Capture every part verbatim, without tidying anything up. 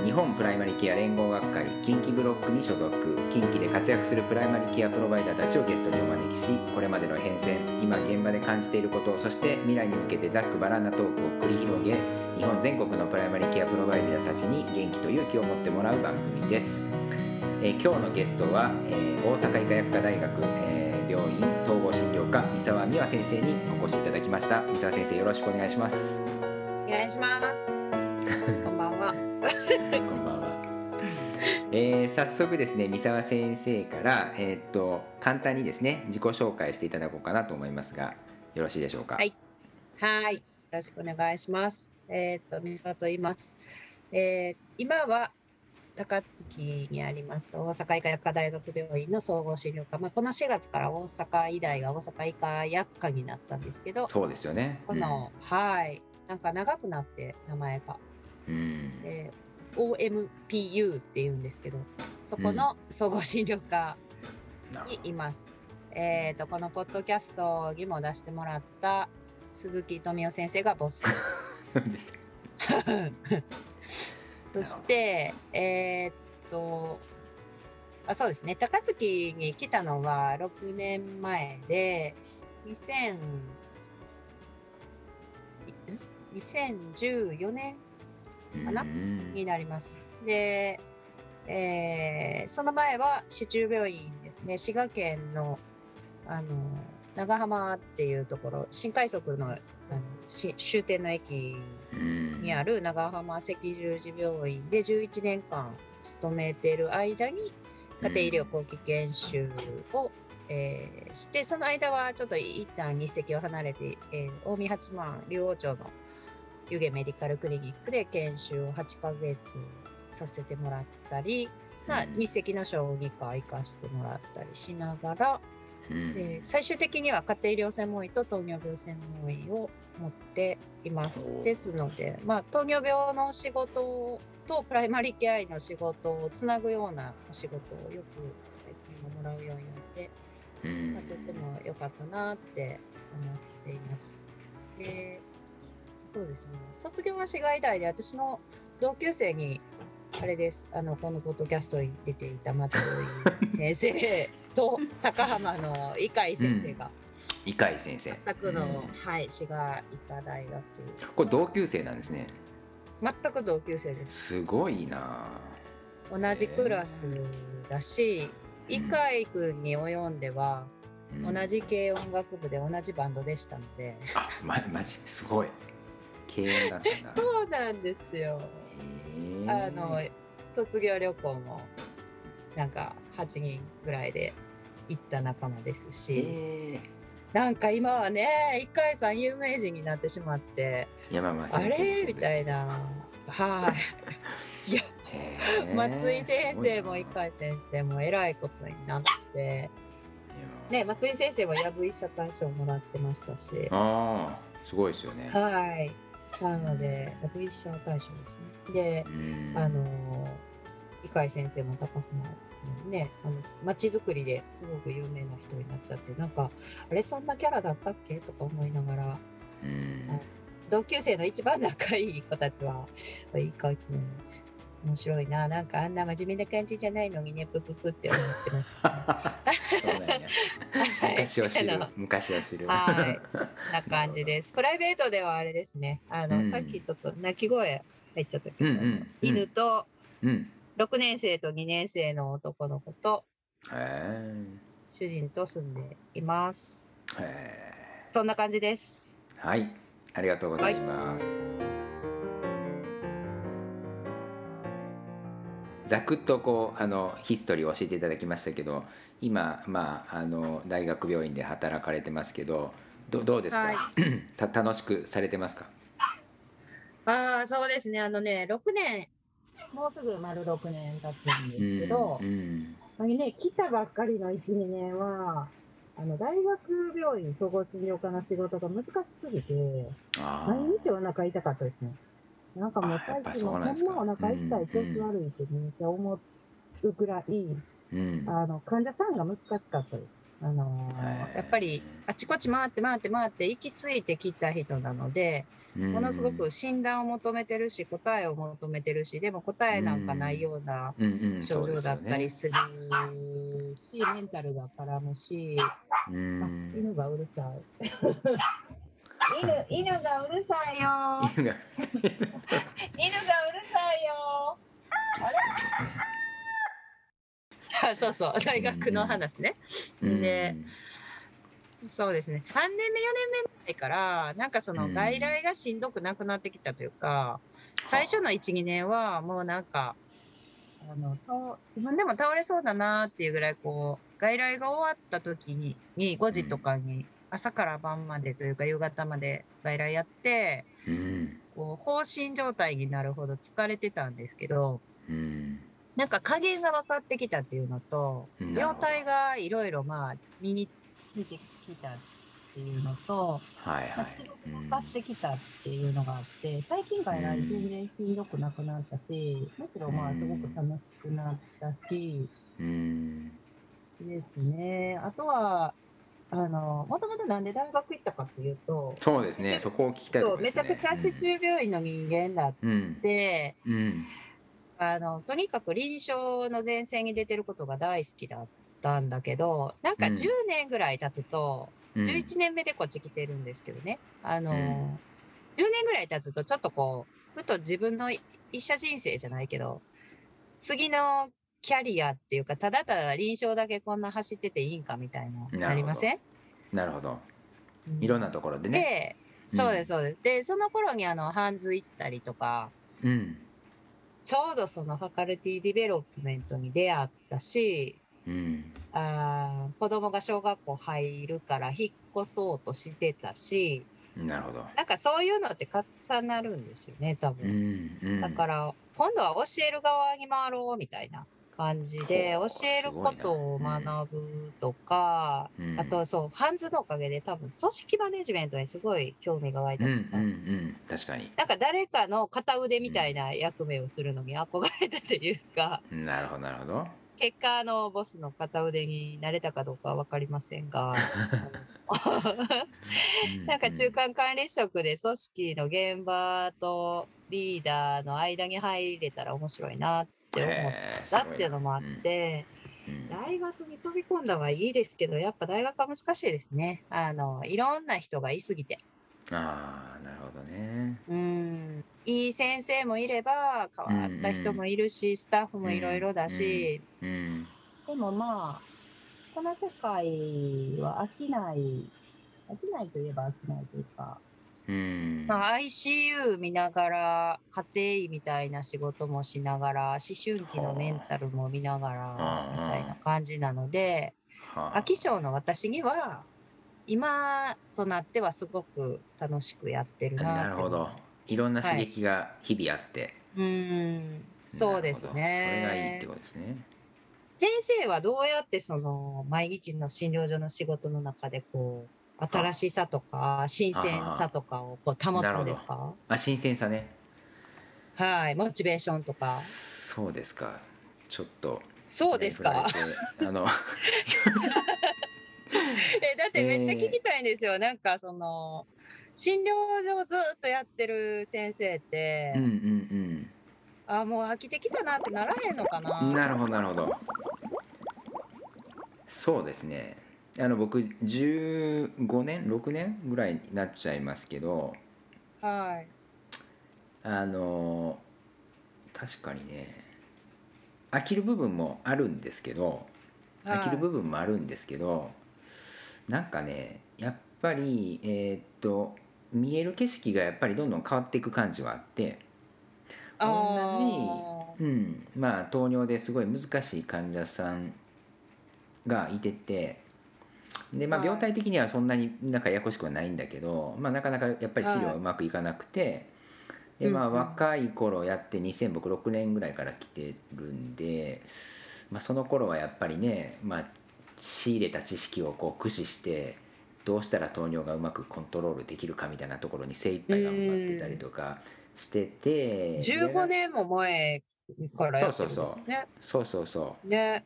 日本プライマリケア連合学会近畿ブロックに所属、近畿で活躍するプライマリケアプロバイダーたちをゲストにお招きし、これまでの変遷、今現場で感じていること、そして未来に向けてざっくばらんなトークを繰り広げ、日本全国のプライマリケアプロバイダーたちに元気と勇気を持ってもらう番組です。えー、今日のゲストは、えー、大阪医科薬科大学、えー、病院総合診療科三沢美和先生にお越しいただきました。三沢先生、よろしくお願いします。 お願いします。こんばんは。 こんばんは。えー、早速ですね、三沢先生から、えー、っと簡単にですね自己紹介していただこうかなと思いますが、よろしいでしょうか。 はい、はい、よろしくお願いします。えー、っと三沢と言います。えー、今は高槻にあります大阪医科薬科大学病院の総合診療科、まあ、このしがつから大阪医大が大阪医科薬科になったんですけど、 そうですよね。 この、うん、はいなんか長くなって名前が、 うんえー、オーエムピーユー っていうんですけど、そこの総合診療科にいます。うん、えー、とこのポッドキャストにも出してもらった鈴木富夫先生がボスですそしてえー、っとあそうですね高槻に来たのはろくねんまえでにせんじゅうよねんかなになります。で、えー、その前は市中病院ですね、滋賀県のあの長浜っていうところ、新快速の、あの終点の駅にある長浜赤十字病院でじゅういちねんかん勤めている間に家庭医療後期研修を、えー、して、その間はちょっと一旦日赤を離れて、えー、近江八幡竜王町の湯気メディカルクリニックで研修をはちかげつさせてもらったり、まあ、日赤の小児科を生かしてもらったりしながら、うん、で最終的には家庭医療専門医と糖尿病専門医を持っています。ですので、まあ、糖尿病の仕事とプライマリケア医の仕事をつなぐような仕事をよく最近ももらうようになって、うんまあ、とても良かったなって思っています。でそうですね、卒業は滋賀医大で、私の同級生にあれです、あのこのポッドキャストに出ていた松井先生と高浜の伊海先生が、 うん、伊海先生全くの、うん、はい、滋賀医科大学。 これ同級生なんですね。 全く同級生です。 すごいな。 同じクラスだし、伊海君に及んでは、うん、同じ軽音楽部で同じバンドでしたので、 あ、ま、マジすごい。軽音だったんだ。 そうなんですよ。あの卒業旅行もなんかはちにんぐらいで行った仲間ですし、なんか今はね、一回さん有名人になってしまって、 山間先生あれみたいな、はい。いや、松井先生も一回先生もえらいことになって、ね、松井先生もやぶ医者大賞もらってましたし、 あーすごいですよね。 はい。なので、やぶ医者大賞ですね。で、あの伊海先生も高浜のね、あの街づくりですごく有名な人になっちゃって、なんかあれそんなキャラだったっけとか思いながら、うん同級生の一番仲いい子たちは伊海君面白いな、なんかあんな真面目な感じじゃないのにね、プププって思ってます、ね。 そうなんや。昔を知る、昔を知る。 はい、そんな感じです。プライベートではあれですね。あの、うん、さっきちょっと鳴き声入っちゃったけど、うんうん、犬と、うんろくねん生とにねん生の男の子と主人と住んでいます。そんな感じです。 はい、ありがとうございます。はい、ざくっとこうあのヒストリーを教えていただきましたけど、今、まあ、あの大学病院で働かれてますけど、 ど, どうですか、はい、た楽しくされてますか？ あそうですね、あのねろくねんもうすぐ丸ろくねん経つんですけど、うんうんね、来たばっかりの いちにねんはあの大学病院総合診療科の仕事が難しすぎて毎日お腹痛かったですね。なんかもう最近もほんまお腹痛い、調子悪いってめっちゃ思うぐらい、うん、あの患者さんが難しかったです。 あのーやっぱりあちこち回って回って回って行き着いてきた人なので、ものすごく診断を求めてるし答えを求めてるし、でも答えなんかないような症状だったりするし、メンタルが絡むし、あ、犬がうるさい犬犬がうるさいよ犬が犬がうるさいよあれそうそう大学の話ね、でそうですね、さんねんめよねんめぐらいからなんかその外来がしんどくなくなってきたというか、最初のいち、にねんはもうなんかあの自分でも倒れそうだなっていうぐらいこう外来が終わった時ににごじとかに朝から晩までというか夕方まで外来やって、こう放心状態になるほど疲れてたんですけど、なんか加減が分かってきたっていうのと、病態がいろいろまあ身についてきたっていうのと、はいはい、仕事分かってきたっていうのがあって、最近から全然しんどくなくなったし、むしろまあすごく楽しくなったし、うんですね。あとはあのもともとなんで大学行ったかっていうと、 そうですね、そこを聞きたいところですね。 めちゃくちゃ市中病院の人間だって、うんうんあのとにかく臨床の前線に出てることが大好きだったんだけど、なんかじゅうねんぐらい経つと、うん、じゅういちねんめでこっち来てるんですけどね、あの、うん、じゅうねんぐらい経つとちょっとこうふと自分の医者人生じゃないけど次のキャリアっていうか、ただただ臨床だけこんな走ってていいんかみたいななりません？ なるほど、いろんなところでね。 で、そうですそうです。うん、でその頃にあのハンズ行ったりとか、うんちょうどそのファカルティディベロップメントに出会ったし、うん、あ子供が小学校入るから引っ越そうとしてたし、 なるほど。 なんかそういうのって重なるんですよね、多分。うんうん、だから今度は教える側に回ろうみたいな感じで、教えることを学ぶとか、うん、あとそうハンズのおかげで多分組織マネジメントにすごい興味が湧いたとか、うんうんうん、 確かになんか誰かの片腕みたいな役目をするのに憧れたというか、 うん、なるほどなるほど。 結果あのボスの片腕になれたかどうかは分かりませんがなんか中間管理職で組織の現場とリーダーの間に入れたら面白いなって思ったっていうのもあって、うんうん、大学に飛び込んだはいいですけど、やっぱ大学は難しいですね。あのいろんな人がいすぎて。 ああ、なるほどね。 うん、いい先生もいれば変わった人もいるし、うんうん、スタッフもいろいろだし、うんうん、でもまあこの世界は飽きない飽きないといえば飽きないというか、うんまあ、アイシーユー 見ながら家庭医みたいな仕事もしながら思春期のメンタルも見ながらみたいな感じなので、飽き性の私には今となってはすごく楽しくやってるなって。 なるほど、いろんな刺激が日々あって、 はい、うんそうですね。 それがいいってことですね。 先生はどうやってその毎日の診療所の仕事の中でこう新しさとか新鮮さとかをこう保つんですか？ あ、新鮮さね。 はい、モチベーションとか。 そうですか。ちょっと。 そうですか。 あのえだってめっちゃ聞きたいんですよ。えー、なんかその診療所ずっとやってる先生って、うんうんうん、あもう飽きてきたなってならへんのかな。 なるほどなるほど。そうですね。あの僕じゅうごねんろくねんぐらいになっちゃいますけど、 はい。 あの確かにね飽きる部分もあるんですけど、はい、飽きる部分もあるんですけど、なんかねやっぱりえー、っと見える景色がやっぱりどんどん変わっていく感じはあって、同じ、うんまあ、糖尿ですごい難しい患者さんがいてて、で、まあ、病態的にはそんなになんかややこしくはないんだけど、まあ、なかなかやっぱり治療はうまくいかなくて、でまあ、若い頃やってにせんろくねんぐらいから来てるんで、まあ、その頃はやっぱりね、まあ、仕入れた知識をこう駆使してどうしたら糖尿がうまくコントロールできるかみたいなところに精一杯頑張ってたりとかしてて、 じゅうごねんも前からやってるんですね。 そうそうそうそうそうね。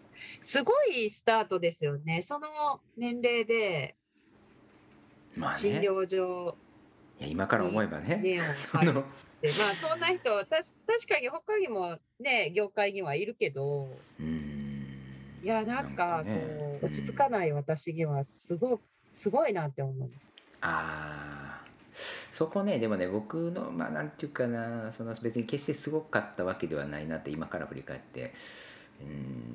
すごいスタートですよね。その年齢で診まあね、 療所いや今から思えにばね、 根をその張るって、まあそんな人、たし確かに他にもね、業界にはいるけど、 うーん、 いや、ななんかんかね、 こう、落ち着うん、 かない私にはすごすごいなって思います。 ああ、そこね、でもね、僕の、まあ、なんていうかな、その別に決してすごかったわけではないなって、今から振り返って、うん、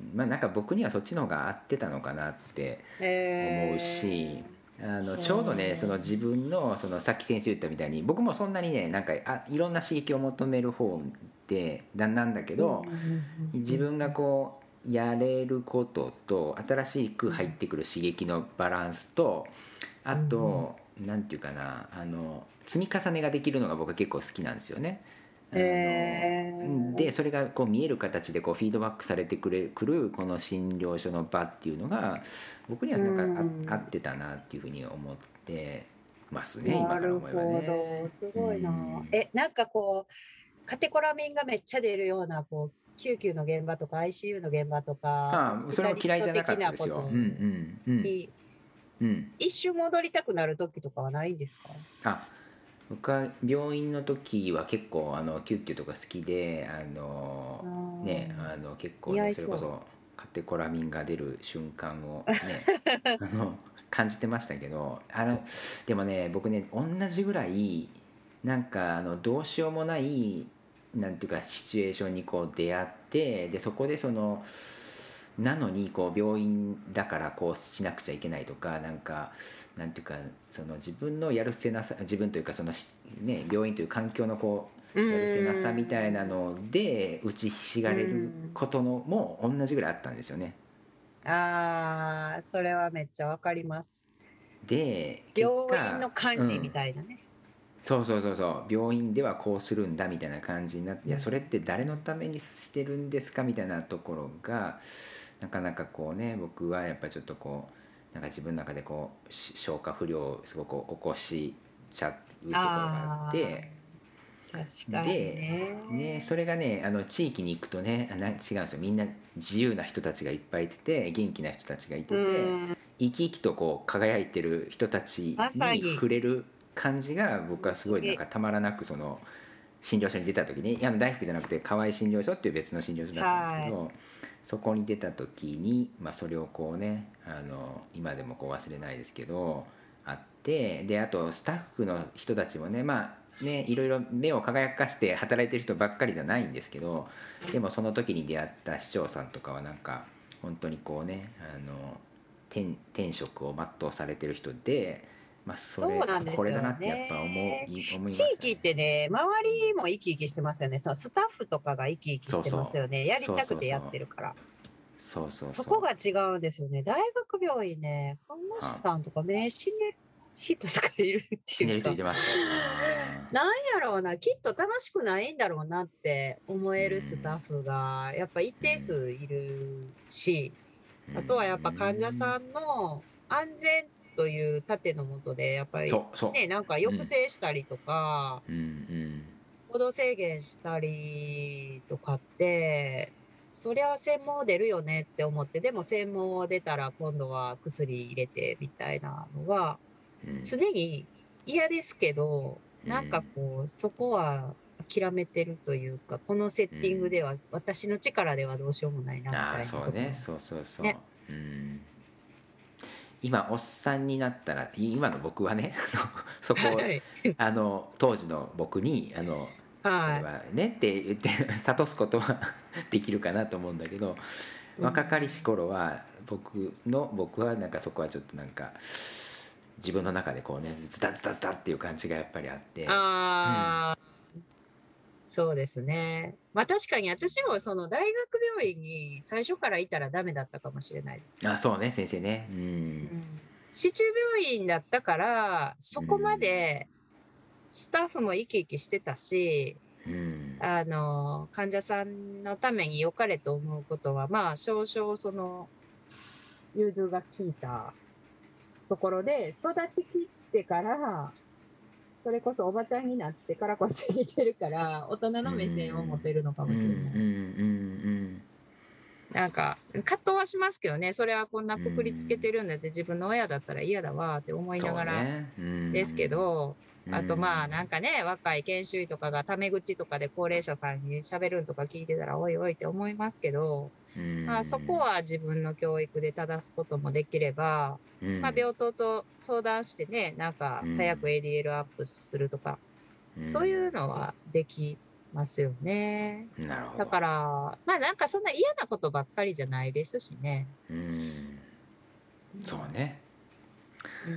まあ、なんか僕にはそっちの方が合ってたのかなって思うし、 えあのー、 ちょうどね、そのう自分の、そのさっき先生言ったみたいに、僕もそんなにね、なんかあいろんな刺激を求める方で、だなんだけん、うんど、自分がこう、やれることと新しく入ってくる刺激のバランスと、あうんうん、 となんていうかな、あの積み重ねができるのが僕は結構好きなんですよね。あのえでそれがこう見える形でこうフィードバックされてくれくるこの診療所の場っていうのが僕にはー、うなんかあ合ん、 ってたなっていうふうに思ってますね、今なから思えばるほど、 ね。うすごいな。 ん、 え、なんかこう、カテコラミンがめっちゃ出るような、こう、救急の現場とか アイシーユー の現場とか、ホスああそれもピタリス嫌いじゃなかト的ったですよ。うんうなことんうんに、 うん一瞬戻りたくなる時とかはないんですか？ あ僕は病院の時は結構あの救急とか好きでああのねー、 あの結構似合ねいそそれこそカテコラミンが出る瞬間をう。 ねあの感じてましたけどあのでもね僕ね同じぐらいなんかあのどうしようもないなんていうかシチュエーションにこう出会ってでそこでそのなのにこう病院だからこうしなくちゃいけないとかなんかなんていうかその自分のやるせなさ自分というかそのし、ね、病院という環境のこううやるせなさーみたいなん。 ので打ちひしうがれるん。 ことのも同じぐらいあったんですよね。 ああ、それはめっちゃわかります。 で結病院の果うん管理みたいなね。 そうそうそうそう病院ではこうするんだみたいな感じになっていやうん。 それって誰のためにしてるんですかみたいなところがなかなかこうね僕はやっぱりちょっとこうなんか自分の中でこうし消化不良をすごく起こしちゃうところがあっああ、 て確かにで、ね、そね。 れがねあの地域に行くとねあな違うんですよみんな自由な人たちがいっぱいいてて元気な人たちがいうててーん、 生き生きとこう輝いてる人たちまさにに、 触れる感じが僕はすごいなん本当に、 かたまらなくその診療所に出た時にいや大福じゃなくて河合診療所っていう別の診療所だったんですけはい。 どそこに出た時に、まあ、それをこうねあの今でもこう忘れないですけどあってであとスタッフの人たちもねまあねいろいろ目を輝かして働いてる人ばっかりじゃないんですけどでもその時に出会った市長さんとかはなんか本当にこうねあの天天職を全うされてる人で、まあ、そそうれなんですよこれだなってやっぱ思ね。 い思い地域っましたね。 てね、周りも生き生きしてますよね。そのスタッフとかが生き生きしてまそうそすよね。やうそうりたくてやっそうそうてるから。 そうそうそう。 そこが違うんですよね。大学病院ね、看護師はあ、 さんとか名刺ね、人とかいるって死ねる人いいうか、 てますか？あなんやろうな、きっと楽しくないんだろうなって思ーうえるスタッんフがやっぱ一定うん数いるし、 うあとはやっぱ患者んさんの安全という盾のもとで、やっぱりそうそね、なんかううん抑制したりとか、 うんうん行動制限したりとかって、そりゃ専門出るよねって思って、でも専門出たら今度は薬入れてみたいなのは、 うん常に嫌ですけど、なんかうんこう、そこは諦めてるというか、このセッティングうんでは、私の力ではどうしようもないなみああたいなところはそうねそうそうそうね。 うん今おっさんになったら今の僕はねあのそこをはい。 あの当時の僕にあのそれはい。 はねって言って諭すことはできるかなと思うんだけどう若かりしん。 頃は僕の僕はなんかそこはちょっとなんか自分の中でこうねズタズタズタっていう感じがやっぱりあってうんああ、そうですね。まあ確かに私もその大学病院に最初からいたらダメだったかもしれないですね。 あそうね先生ねうんうん。市中病院だったから、そこまうんでスタッフも生き生きしてたし、 うんあの、患者さんのために良かれと思うことは、まあ少々その融通が利いたところで、育ちきってから、それこそおばちゃんになってからこっちに来てるから、大人うんの目線を持てるのかうんうんうんもしれない。 うんなんか葛藤はしますけどね、それはこんなくくりつけてるんだって自分の親だったら嫌だわって思いながらね、 ですけど、 うん、 あとまあなんかね、若い研修医とかがタメ口とかで高齢者さんに喋るんとか聞いてたらおいおいって思いますけど、 うん、 まあ、そこは自分の教育で正すこともできれば、 うん、 まあ、病棟と相談してね、なんかうん、 早く エーディーエル アップするとか、 うん、 そういうのはできますよね。 なるほど。 だからまあなんかそんな嫌なことばっかりじゃないですしね。 うん、そうね。 うん、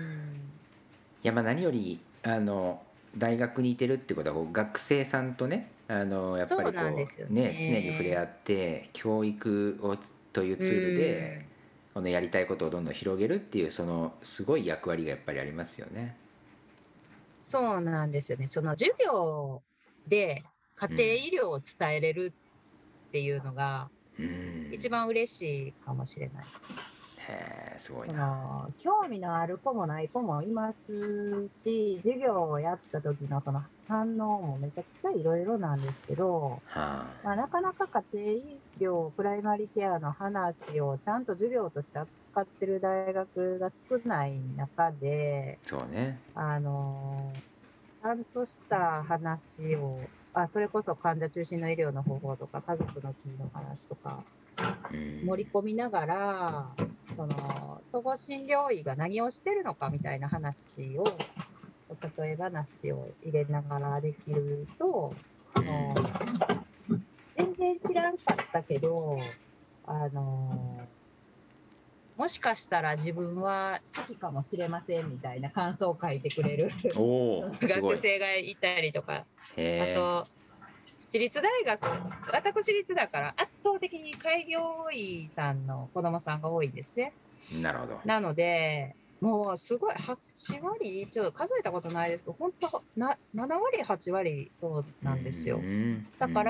いやまあ何よりあの大学にいてるってことはこう学生さんとね、あのやっぱそうりこなんですようね常に触れ合ね。 って教育をつといううツールでん、 このやりたいことをどんどん広げるっていうそのすごい役割がやっぱりありますよね。 そうなんですよね。その授業で家庭医療を伝えれるっていうのがうん、うん、 一番嬉しいかもしれない。 へえすごいそな。 の興味のある子もない子もいますし、授業をやった時のその反応もめちゃくちゃいろいろなんですけど、 はまあ、なかなか家庭医療、プライマリケアの話をちゃんと授業として扱ってる大学が少ない中で、 あ、そうね。 あの、ちゃんとした話を、あ、それこそ患者中心の医療の方法とか、家族の国の話とか、 うん、 盛り込みながら、その総合診療医が何をしてるのかみたいな話を、例え話を入れながらできると、あの全然知らんかったけど、あのもしかしたら自分は好きかもしれませんみたいな感想を書いてくれるおおすごい。 学生がいたりとか、あへと私立大学、私立だから圧倒的に開業医さんの子供さんが多いんですね。 え、なるほど。 なので、もうすごいはち割、ちょっと数えたことないですけど、本当ななな割、はち割そうなんですよ。だから、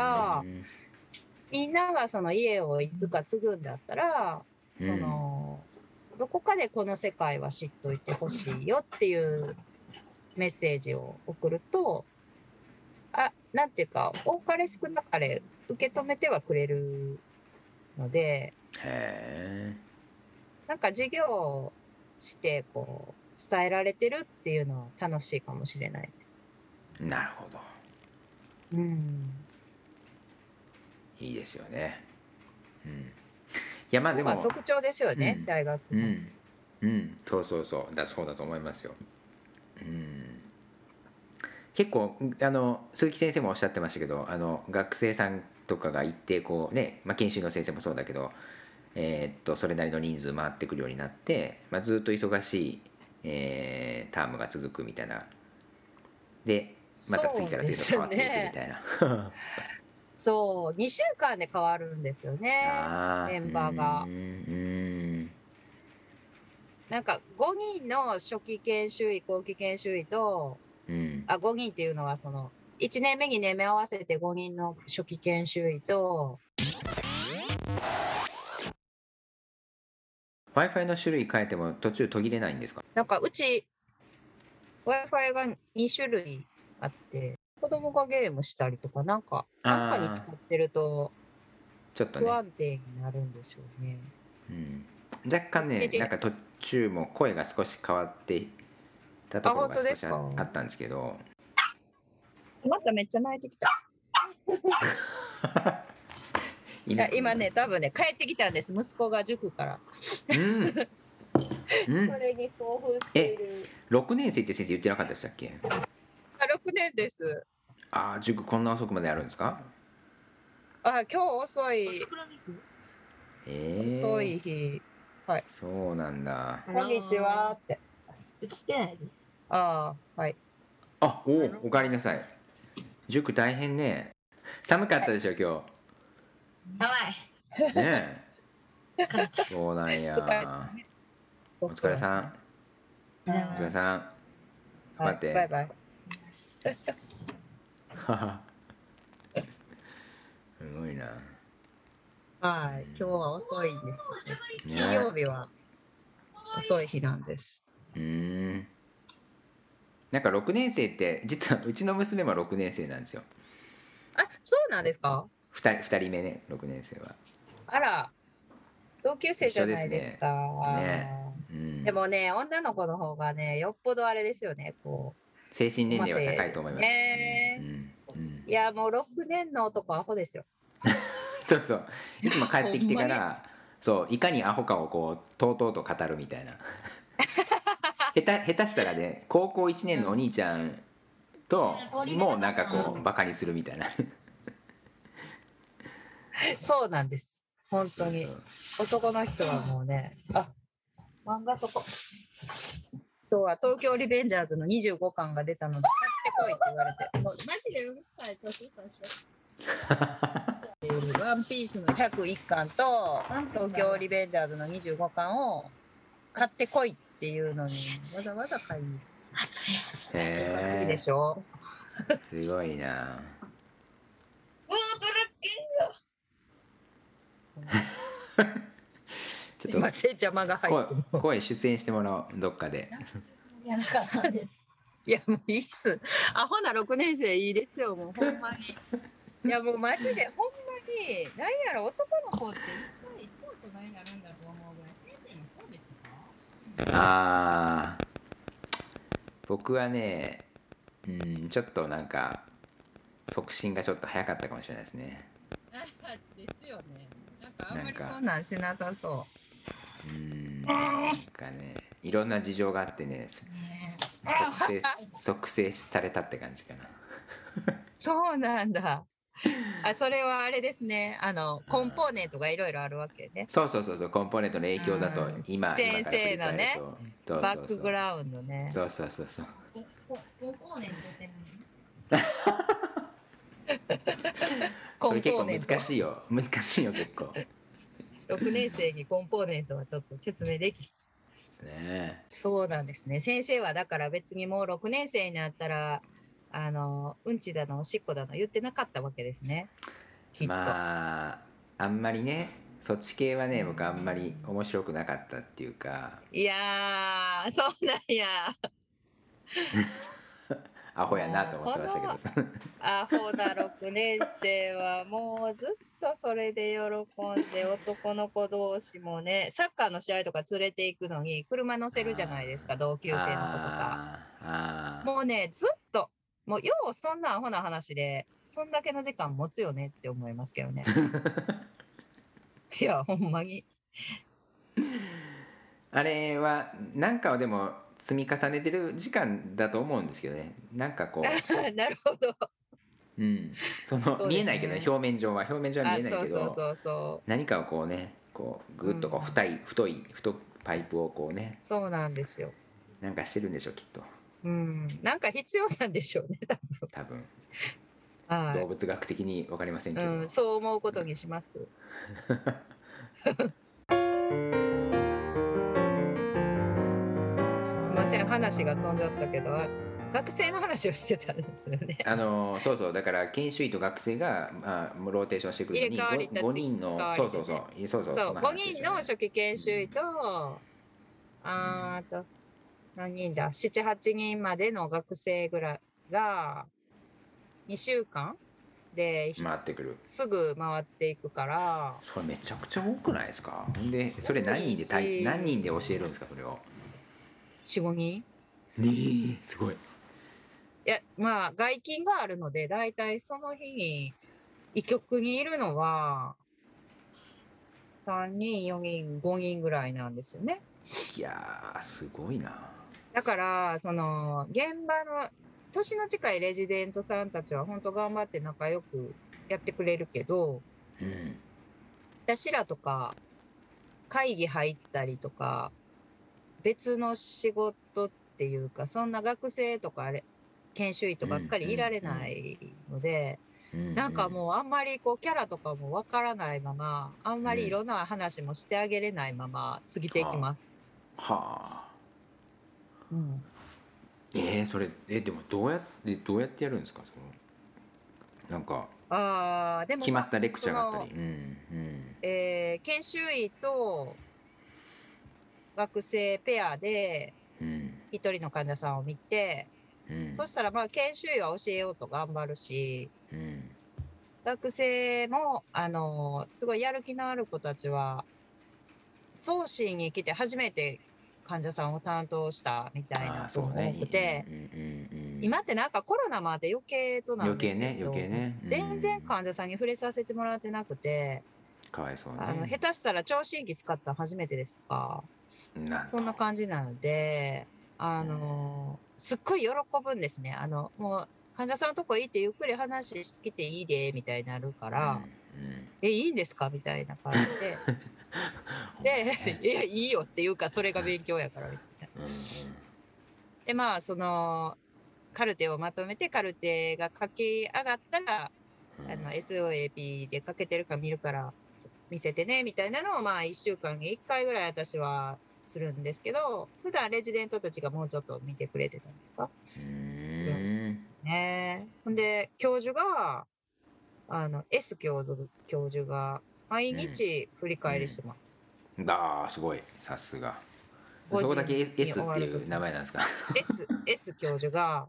みんながその家をいつか継ぐんだったら、 うん、 そのどこかでこの世界は知っといてほしいよっていうメッセージを送ると、あ、なんていうか、多かれ少なかれ受け止めてはくれるので、 へえ、 なんか授業してこう伝えられてるっていうのは楽しいかもしれないです。 なるほど。 うん。 いいですよね。うん。いやまあそこがでも、 特徴ですよね、 うん、 大学の。 うん、うん、そうそうそうだそうだと思いますよ。うん。結構あの鈴木先生もおっしゃってましたけど、あの学生さんとかが行ってこうね、まあ、研修の先生もそうだけど、えーっとそれなりの人数回ってくるようになって、まあ、ずっと忙しい、えータームが続くみたいな。でまた次からそうです次へと変わっていくみね。 たいな。 そう、にしゅうかんで変わるんですよね、 ああ、うーメンバーが。 ん、うーん、 なんかごにんの初期研修医、後期研修医と、 うん。 あ、ごにんっていうのはそのいちねんめ、にねんめ合わせてごにんの初期研修医と、 Wi-Fi の種類変えても途中途切れないんですか？ なんかうち Wi-Fi がに種類あって、子供がゲームしたりとか、なんか、なんかに使ああ、 ってるとちょっとね、 不安定になるんでしょうね。 うん、若干ね、なんでで、 か途中も声が少し変わってたとあ、 ころ本が少しあ、 当ですか？ あったんですけど、 まためっちゃ泣いてきた。いや、 犬くんが、 今ね、多分ね、帰ってきたんです。息子が塾から。 うん、うそん、 れに興奮していえ、 る。 ろくねん生って先生言ってなかったでしたっけ？ あ、ろくねんです。 ああ、塾こんな遅くまでやるんですか？ あ、今日遅い、遅ええい日。はい。 そうなんだ。 こんにちはって。映ってないです。ああ、はい。 あ、おお、おかえりなさい。塾大変ね。寒かったでしょ、今日。ねえ。そうなんや。お疲れさん。お疲れさん。頑張っはい、バイて。 バイ。 すごいな。 はい、今日は遅いんですね。金ね曜日は遅い日なんです。 うーん。なんかろくねん生って実はうちの娘もろくねん生なんですよ。 あ、そうなんですか？ ふたり、ふたりめね、ろくねん生は。 あら、 同級生じゃないですか。 ね、うん、 でもね、女の子の方がね、よっぽどあれですよね、こう精神う、 年齢は高いと思います。 ね、 うんうんうん、 いや、もうろくねんの男アホですよ。 そうそう、いつも帰ってきてほんまに。 からそういかにアホかをこうとうとうと語るみたいな下手下手したらね高校いちねんのお兄ちゃんともうなんかこうバカにするみたいなそうなんです。本当に。 そうそう男の人はもうね、あ、漫画そこ。今日は東京リベンジャーズのにじゅうごかんが出たので買ってこいって言われて、もうマジでうるさい、ちょっとワンピースのひゃくいっかんと東京リベンジャーズのにじゅうごかんを買ってこいっていうのにわざわざ買いに行く。いいでへしょ。 えすごいなちょっとすいません、邪魔が入声っても。 声出演してもらおうどっかでいやなかったです。いやもういいっす。アホなろくねん生いいですよ、もうほんまに。いやもうマジでほんまに、なんやろ、男の子っていついつ大人になるんだと思うぐらい、先生もそうでしたか？ あー僕はねうんちょっとなんか促進がちょっと早かったかもしれないですねですよね。なんかあんまなんかりそんなんしなさそう。 うんなんかねいろんな事情があってね促成促成されたって感じかなそうなんだ。あ、それはあれですね。あの、コンポーネントがいろいろあるわけね。 そうそうそうそうコンポーネントの影響だとうん今今先から振り生のね、 返るとそうバックそうそうグラウンドね。 そうそうそうそうコンポーネントってそコンれ結構難ポーネント。 しいよ難しいよ結構ろくねん生にコンポーネントはちょっと説明できねえそうなんですね。先生はだから別にもうろくねん生になったら、あの、うんちだのおしっこだの言ってなかったわけですね。きっと。 まああんまりねそっち系はね僕あんまりうん面白くなかったっていうかいやー、そうなんや。 アホやなともうこの思ってましたけどさアホなろくねん生はもうずっとそれで喜んで男の子同士もねサッカーの試合とか連れて行くのに車乗せるじゃないですか同級生の子とかあーあーもうねずっともうようそんなアホな話でそんだけの時間持つよねって思いますけどねいやほんまにあれはなんかをでも積み重ねてる時間だと思うんですけどねなんかこなるほどう、うん、そのそう見えないけどねですね表面上は表面上は見あえないそうそうけどそうそ何かをこうねこうう、 ぐっとこううん、 太い太い太いパイプをこうねそうなんですよなんかしてるんでしょうきっとうんなんか必要なんでしょうね多分多分はい動物学的に分かりませんけど、 うん、そう思うことにします。すみません、話が飛んじゃったけど、学生の話をしてたんですよね。 あのそうそうだから研修医と学生が、まあ、ローテーションしてくるのに入れ替わりご, ご立ち人の替わりでそうそうそね。 うそうそうそう、 その話で 5 すよね、 人の初期研修医と、あーと、何人だ、なな、はちにんまでの学生ぐらいが、にしゅうかんでうん、回ってくるすぐ回っていくから、 それめちゃくちゃ多くないですか。ほんでそれ何人で多いし何人で教えるんですかそれを。 よん、ごにんねえすごい。 いや、まあ、外勤があるので、だいたいその日に、医局にいるのは、さんにん、よにん、ごにんぐらいなんですよね。 いやーすごいな。 だから、その、現場の、年の近いレジデントさんたちは本当頑張って仲良くやってくれるけど、 うん私らとか会議入ったりとか、別の仕事っていうか、そんな学生とかあれ、研修医とばっかりいられないので、 うんうんなんかもうあんまりこうキャラとかもわからないまま、あんまりいろんな話もしてあげれないまま過ぎていきます。 はあ。 うん、 えー、それえでもどうやってどうやってやるんですかそのなんかああ、でも決ままあ、 ったレクチそャーがあったり。 の、 うんうんえー研修医と学生ペアでうん一人の患者さんを見て、 うんそしたらまあ研修医は教えようと頑張るし、 うん学生も、あの、すごいやる気のある子たちは、 送信に来て初めて患者さんを担当したみたいな子も多くて、今ってなんかコロナもあって余計となんですけど、全然患者さんに触れさせてもらってなくて、 かわいそうね。 あの下手したら聴診器使ったの初めてですとか、そんな感じなので、あのすっごい喜ぶんですね。あのもう患者さんのとこ行ってゆっくり話してきていいでみたいになるから、うんうん、えいいんですかみたいな感じででいやいいよっていうかそれが勉強やからみたいな。うんうん、でまあそのカルテをまとめてカルテが書き上がったら、うん、あの エスオーエーピー で書けてるか見るから見せてねみたいなのをまあいっしゅうかんにいっかいぐらい私はするんですけど、普段レジデントたちがもうちょっと見てくれてたりとかするんですね。ほんで教授があの S 教授教授が毎日振り返りしてます。 うんうん、ああすごいさすが。そこだけ S っていう名前なんですか。 S S 教授が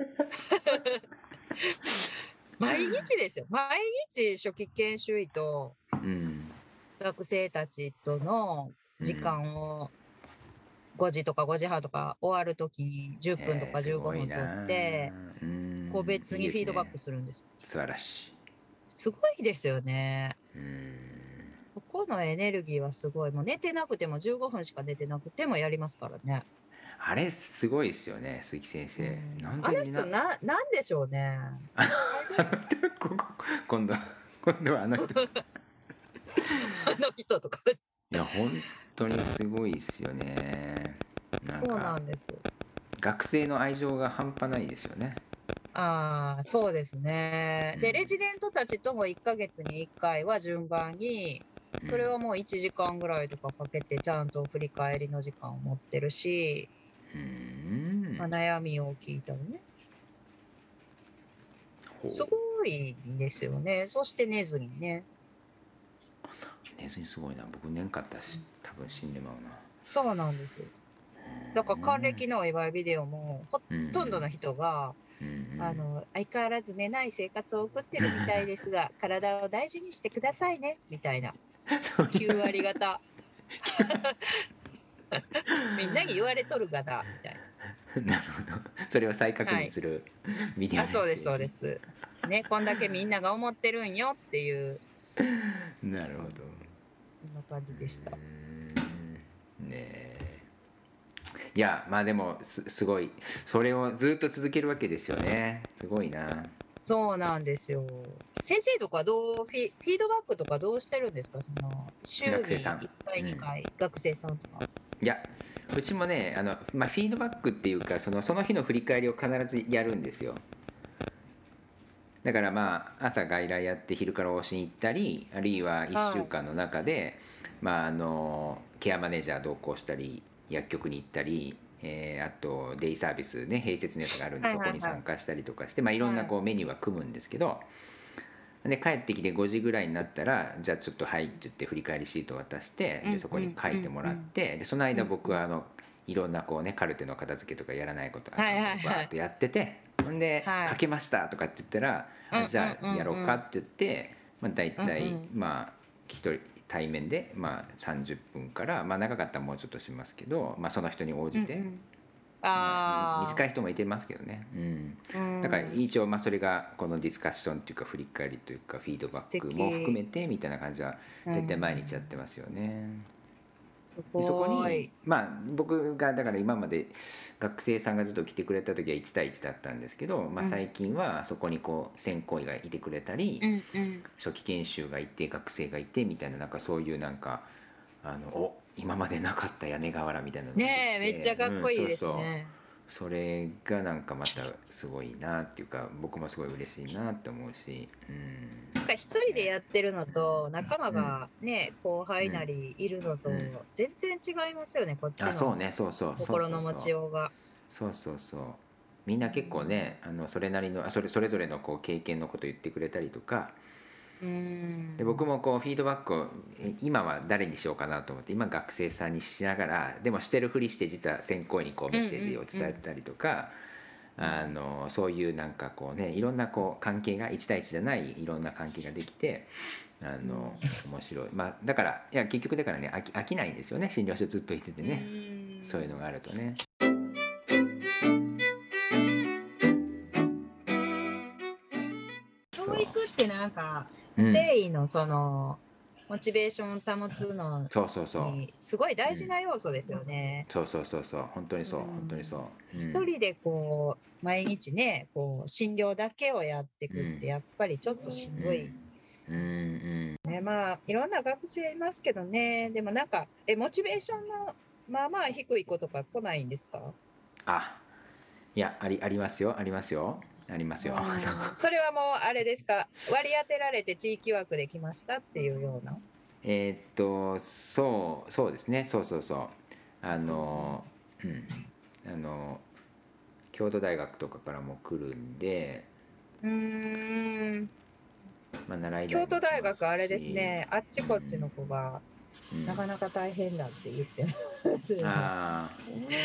毎日ですよ。毎日初期研修医と学生たちとの時間をごじとかごじはんとか終わるときにじゅっぷんとかじゅうごふん取って個別にフィードバックするんです。 いいですね、素晴らしい。 すごいですよね。ここのエネルギーはすごい。もう寝てなくてもじゅうごふんしか寝てなくてもやりますからね。 あれすごいですよね、鈴木先生。うん、 なんであの人な、なんでしょうね。 あの人ここ今度今度はあの人あの人とか。 いや本当にすごいですよね。なんかそうなんです。 学生の愛情が半端ないですよね。 ああ、そうですね。で、レジデントたちともいっかげつにいっかいは順番に、それはもういちじかんぐらいとかかけてちゃんと振り返りの時間を持ってるし、うんまあ、悩みを聞いたりね。すごいですよね。そして寝ずにね。 寝ずにすごいな。僕寝んかったし、多分死んでまうな。 そうなんです。だから還暦のお祝いビデオもほとんどの人が、うんうん、あの相変わらず寝ない生活を送ってるみたいですが体を大事にしてくださいねみたいなきゅうわり方みんなに言われとるがなみたいな。なるほど。それを再確認する、はい、ビデオです、ね、 あそうですそうですね。こんだけみんなが思ってるんよっていうなるほど。 こんな感じでした。 ねえ。いやまあでも す, すごいそれをずっと続けるわけですよね。すごいな。 そうなんですよ。先生とかどうフ ィ, フィードバックとかどうしてるんですか。その週にいっかいにかい、うん、学生さんとか。 いやうちもねあの、まあ、フィードバックっていうかそのその日の振り返りを必ずやるんですよ。だからまあ朝外来やって昼から往診行ったりあるいはいっしゅうかんの中で、はい、まあ、あのケアマネージャー同行したり薬局に行ったり、えー、あとデイサービスね併設のやつがあるんで、はいはいはい、そこに参加したりとかして、まあ、いろんなこうメニューは組むんですけど、はい、で帰ってきてごじぐらいになったらじゃあちょっとはいって言って振り返りシートを渡してでそこに書いてもらって、でその間僕はあのいろんなこうねカルテの片付けとかやらないことバーッとやってて、ほんで「書けました」とかって言ったら「あじゃあやろうか」って言って、まあ、大体まあ一人対面でまあさんじゅっぷんからまあ長かったらもうちょっとしますけど、まあ、その人に応じて、うんうん、あ短い人もいてますけどね、うん、だから一応まあそれがこのディスカッションっていうか振り返りというかフィードバックも含めてみたいな感じは大体毎日やってますよね。でそこにまあ僕がだから今まで学生さんがずっと来てくれた時はいち対いちだったんですけど、まあ、最近はそこにこう専攻医がいてくれたり、うんうん、初期研修がいて学生がいてみたいな、なんかそういうなんかあのお今までなかった屋根瓦みたいなのがねえめっちゃかっこいいですね、うん、そうそうそれがなんかまたすごいなっていうか僕もすごい嬉しいなって思うし、うん、 なんか一人でやってるのと仲間がね、うん、後輩なりいるのと全然違いますよね、うん、こっちの心の持ちようが。 そうそうそうみんな結構ね、うん、あのそれなりのそれそれぞれのこう経験のこと言ってくれたりとか。で僕もこうフィードバックを今は誰にしようかなと思って今学生さんにしながらでもしてるふりして実は専攻医にこうメッセージを伝えたりとか、あのそういうなんかこうねいろんなこう関係がいち対いちじゃないいろんな関係ができてあの面白い、まあ、だからいや結局だからね飽き、飽きないんですよね、診療所ずっと行っててね、 うんそういうのがあるとね。そう、 教育ってなんかうん、 生理のそのモチベーションを保つのそうそうそう、 にすごい大事うん、 な要素ですよね。 そうそうそうそう、本当にうそう、本当にそん、 う、うん、 一人でこう毎日ねこう診療だけをやっていくってうん、 やっぱりちょっとしんどい。 うん、うん、うん、 ね、まあいろんな学生いますけどね。でもなんかえモチベーションのまあまあ低い子とか来ないんですか？ あ、いや、あり、ありますよ、ありますよ、ありますよ。 うん、それはもうあれですか、割り当てられて地域枠で来ましたっていうような。 えーっとそうそうですね、そうそうそう、あのうんあの京都大学とかからも来るんで、 うーん、 まあ、習いたい京都も来大学あますれですし、 ね、あっちこっちの子がうん、うん、 なかなか大変だって言ってますね。 ああ、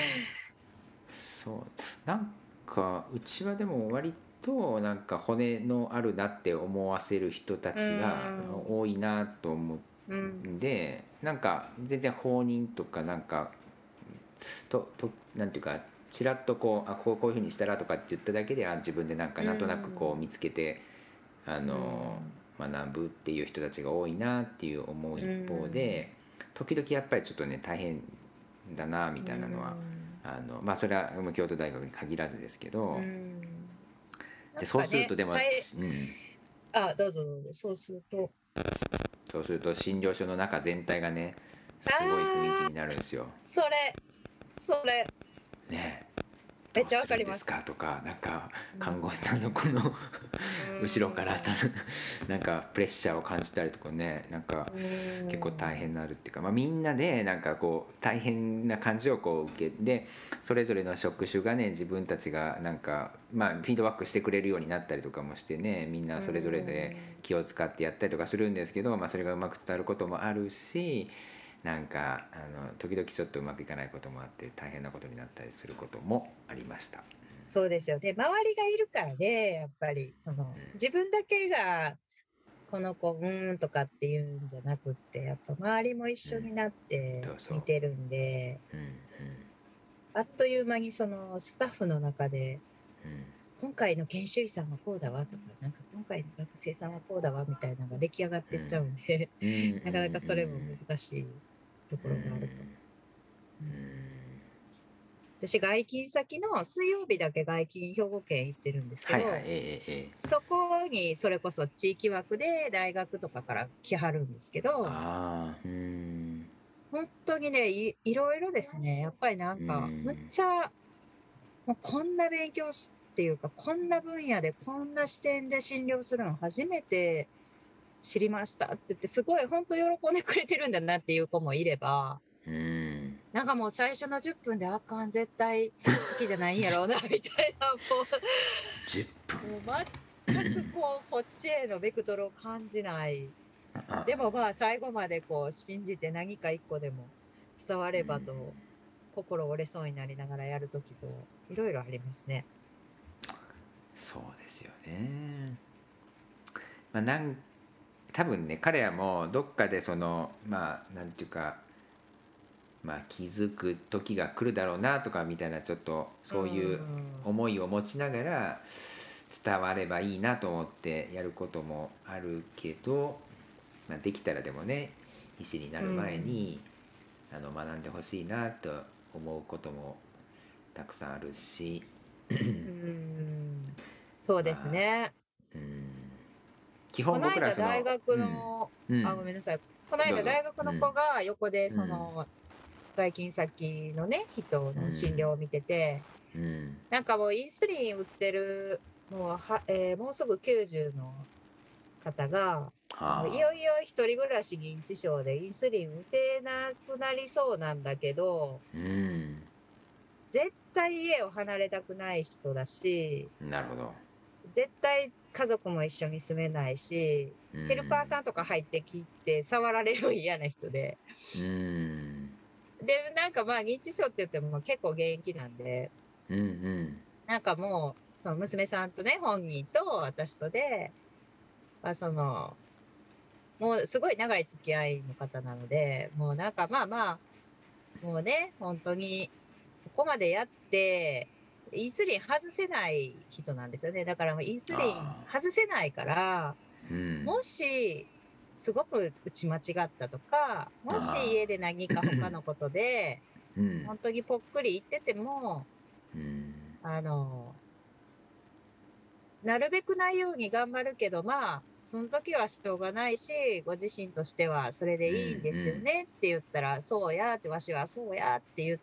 そうなんかうちはでも割となんか骨のあるなって思わせる人たうーちがん、 多いなと思うん、 うんで、なんか全然放任とかなんかととなんていうかちらっとこうあこうこういうふうにしたらとかって言っただけであ自分でなんかうなんとなくこう見ん、 つけてあうのん、 学ぶっていう人たちが多いなっていう思うう一方ん、 で、時々やっぱりちょっとね大変だなみうたいなのはん、 あの、まあ、それはもう京都大学に限らずですけうど、 ん。なでんかね、 そうするとでも、うん、 さい、あ、どうぞどうぞ、そうすると、 そうすると診療所の中全体がねすごい雰囲気ああ、 になるんですよ。 それ、それ、 ねえ、 めっちゃどうするんわかります。 ですかとかなんかうん、 看護師さんのこのう後ろからん、 なんかプレッシャーを感じたりとかね、なんかう結構大変にん、 なるっていうか、まあ、みんなでなんかこう大変な感じをこう受けて、それぞれの職種がね自分たちがなんか、まあ、フィードバックしてくれるようになったりとかもしてね、みんうなそれぞれでん、 気を使ってやったりとかするんですけど、まあ、それがうまく伝わることもあるし、なんかあの時々ちょっとうまくいかないこともあって大変なことになったりすることもありました。 そうですよね。周りがいるからね、やっぱり、その、自分だけが、この子、うーんとかっていうんじゃなくって、やっぱ周りも一うん、うん、 緒になってそうそう、 見てるんで、 うん、うん、 あっという間にそのスタッフの中で、 うん、 今回の研修医さんはこうだわとか、なんか今回の学生さんはこうだわみたいなのが出来上がってっちゃうんで、 うん、うん、うん、 なかなかそれも難しいところがあると。うん、私、外勤先の水曜日だけ外勤兵庫県行ってるんですけはいはい、 ど、 ええええ、 そこにそれこそ地域枠で大学とかから来はるんですけど、 ああ、うん、 本当にね、い、いろいろですね、やっぱりなんうか、むっん、 ちゃ、もうこんな勉強しっていうか、こんな分野でこんな視点で診療するの初めて知りましたって言って、すごい本当喜んでくれてるんだなっていう子もいれば、 うん、 なんかもう最初のじゅっぷんであかん、絶対好きじゃないんやろうな、みたいな、もう、 じゅっぷん、 もう全くこう、こっちへのベクトルを感じない。 あ、 でもまあ最後までこう信じて何か一個でも伝わればうん、 と心折れそうになりながらやるときといろいろありますね。 そうですよね。まあ、なん多分ね彼らもどっかでそのまあなんていうか、まあ、気づく時が来るだろうなとかみたいなちょっとうそういうん。 思いを持ちながら伝わればいいなと思ってやることもあるけど、まあ、できたらでもね医師になうる前ん。 にあの学んでほしいなと思うこともたくさんあるし、 うん。そうですまあ、 ね。 うん、基この本僕ら間大そのう学ん、 の、あ、 うん、 ごめんなさい。このどうぞ、 間大学うん、 の子が横でうん、 その外勤先のね、人の診うん、 療を見てて、 うん、 なんかもうインスリン打ってる、もうは、えーもうすぐきゅうじゅうの方が、もういはあ、 よいよ一人暮らし認知症でインスリン打てなくなりそうなんだけど、 うん、 絶対家を離れたくない人だし、 なるほど、 絶対家族も一緒に住めないし、 うヘルパーん、 さんとか入ってきて触られるの嫌な人で。 うん、 で、なんかまあ認知症って言っても結構現役なんで、 うん、うん、 なんかもう、その娘さんとね、本人と私とで、まあ、その、 もうすごい長い付き合いの方なので、もうなんかまあまあ、もうね、本当にここまでやって、インスリン外せない人なんですよね。だからもうインスリンあ外せないから、 ーうんもし、すごく打ち間違ったとか、もしあ家で何か他のことで、 ーうん本当にぽっくり言ってても、 うんあの、なるべくないように頑張るけど、まあ、その時はしょうがないし、ご自身としてはそれうんうでいいんですよんねって言ったら、そうやって、わしはそうやって言って、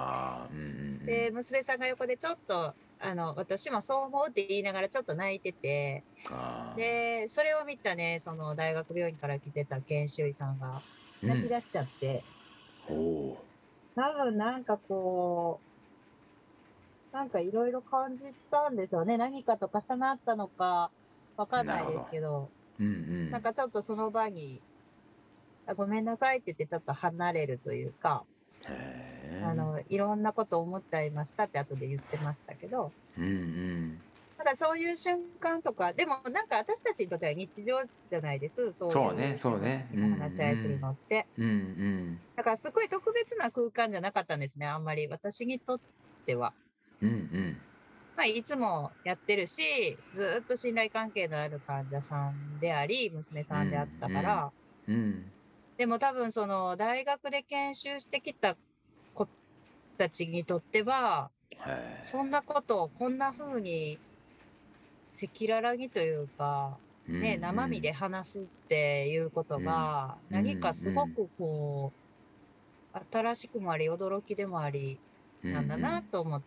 ああうんうんで、娘さんが横でちょっと、あの、私もそう思うって言いながらちょっと泣いてて、 あで、それを見たね、その大学病院から来てた研修医さんがーうん泣き出しちゃって、 おお多分なんかこう、なんかいろいろ感じたんでしょうね。何かと重なったのか、わかんないですなるほどけど、 うんうんなんかちょっとその場に、あ、ごめんなさいって言ってちょっと離れるというか、 へえあの、いろんなこと思っちゃいましたって後で言ってましたけど、 うんうんただそういう瞬間とか、でもなんか私たちにとっては日常じゃないです。そうそうねいうそう終末期ねうんうの話し合いするんのって。 うんうんだからすごい特別な空間じゃなかったんですね、あんまり私にとっては。 うんうんまあ、いつもやってるし、ずっと信頼関係のある患者さんであり、娘うんさんであったから、 うんでも多分その大学で研修してきた子たちにとっては、そんへなことをこんな風に赤裸々にというか、 えうんうね、生身んで話すっていうことうんが、 うん何かすごくこう、新しくもあり、驚きでもあり、 うんなんだなと思って、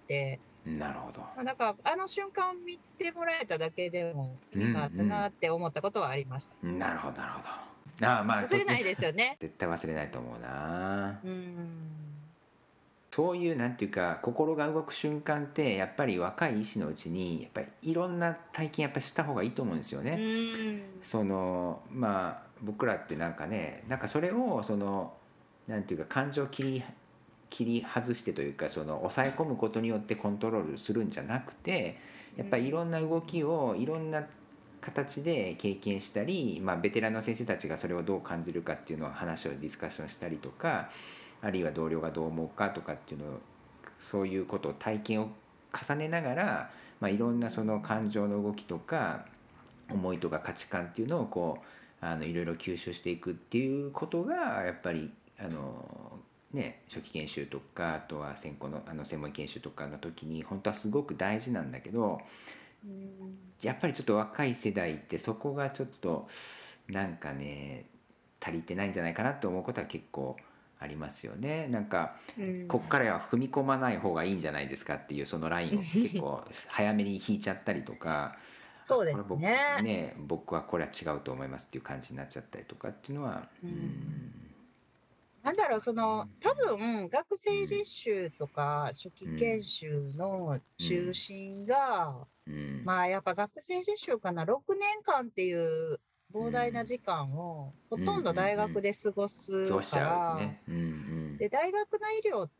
うんなるほどまあ、だからあの瞬間見てもらえただけでも意うん味があったなって思ったことはありました。 うんなるほどなるほどああまあ突然忘れないですよね。 絶対忘れないと思うなうーん。 そういうなんていうか心が動く瞬間ってやっぱり若い医師のうちにやっぱりいろんな体験やっぱりした方がいいと思うんですようね。 ーん。 そのまあ僕らってなんかねなんかそれをそのなんていうか感情を切り切り外してというかその抑え込むことによってコントロールするんじゃなくてやっぱりいろんな動きをいろんな形で経験したり、まあ、ベテランの先生たちがそれをどう感じるかっていうのを話をディスカッションしたりとかあるいは同僚がどう思うかとかっていうのをそういうことを体験を重ねながら、まあ、いろんなその感情の動きとか思いとか価値観っていうのをこうあのいろいろ吸収していくっていうことがやっぱりあの、ね、初期研修とかあとは専攻のあの専門研修とかの時に本当はすごく大事なんだけどうーん。 やっぱりちょっと若い世代ってそこがちょっとなんかね足りてないんじゃないかなと思うことは結構ありますよね。なんかうーん。 こっからは踏み込まない方がいいんじゃないですかっていうそのラインを結構早めに引いちゃったりとかあそうでこれ僕すね。 ね僕はこれは違うと思いますっていう感じになっちゃったりとかっていうのはうーうん。 んなんだろう、 ありますね。 その、多分、学生実習とか初期うん研修の中うん心が、 うんまあやっぱ学生実習かな、ろくねんかんっていううん膨大な時間をほうんうんうとんど大学んで過ごすかそうしちゃうら、 ねうんで、大学の医療って、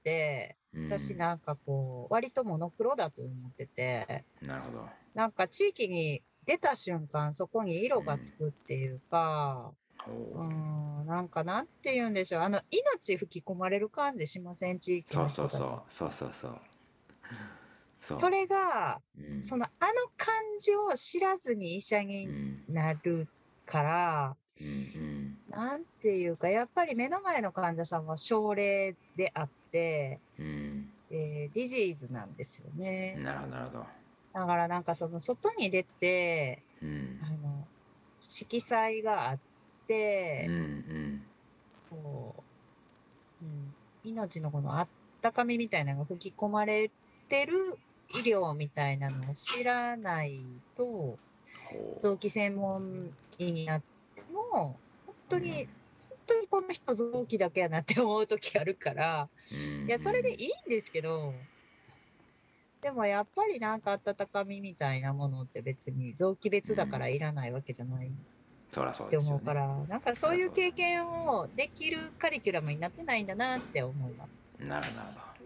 うんうん私なんかこう、割とモノクロだと思ってて、 なるほどなんか地域に出た瞬間、そこに色がつくっていうか、 おうーおん、なんかなんて言うんでしょう。あの、命吹き込まれる感じしません、地域のそうそうそう人たち。 そうそうそうそそれが、 ううんその、あの感じを知らずに医者にうんなるから、 うんうんなんていうか、やっぱり目の前の患者さんは症例であって、 うんえーディジーズなんですよね。 なるほどなるほどだからなんかその外に出て、 うんあの、色彩があっうんうて、 んこう、うん、命のこのあったかみみたいなのが吹き込まれてる医療みたいなのを知らないと、 ほ臓器専門医になっても、本ううん当に、本当にこの人臓器だけやなって思う時あるから、 うんういや、それでんいいんですけど、でもやっぱりなんか温かみみたいなものって別に臓器別だからいらないわけじゃないっそりゃそうてですよね思うから、なんかそういうそりゃそう経験をできるカリキュラムになってないんだなって思います。 だなるほどなるほ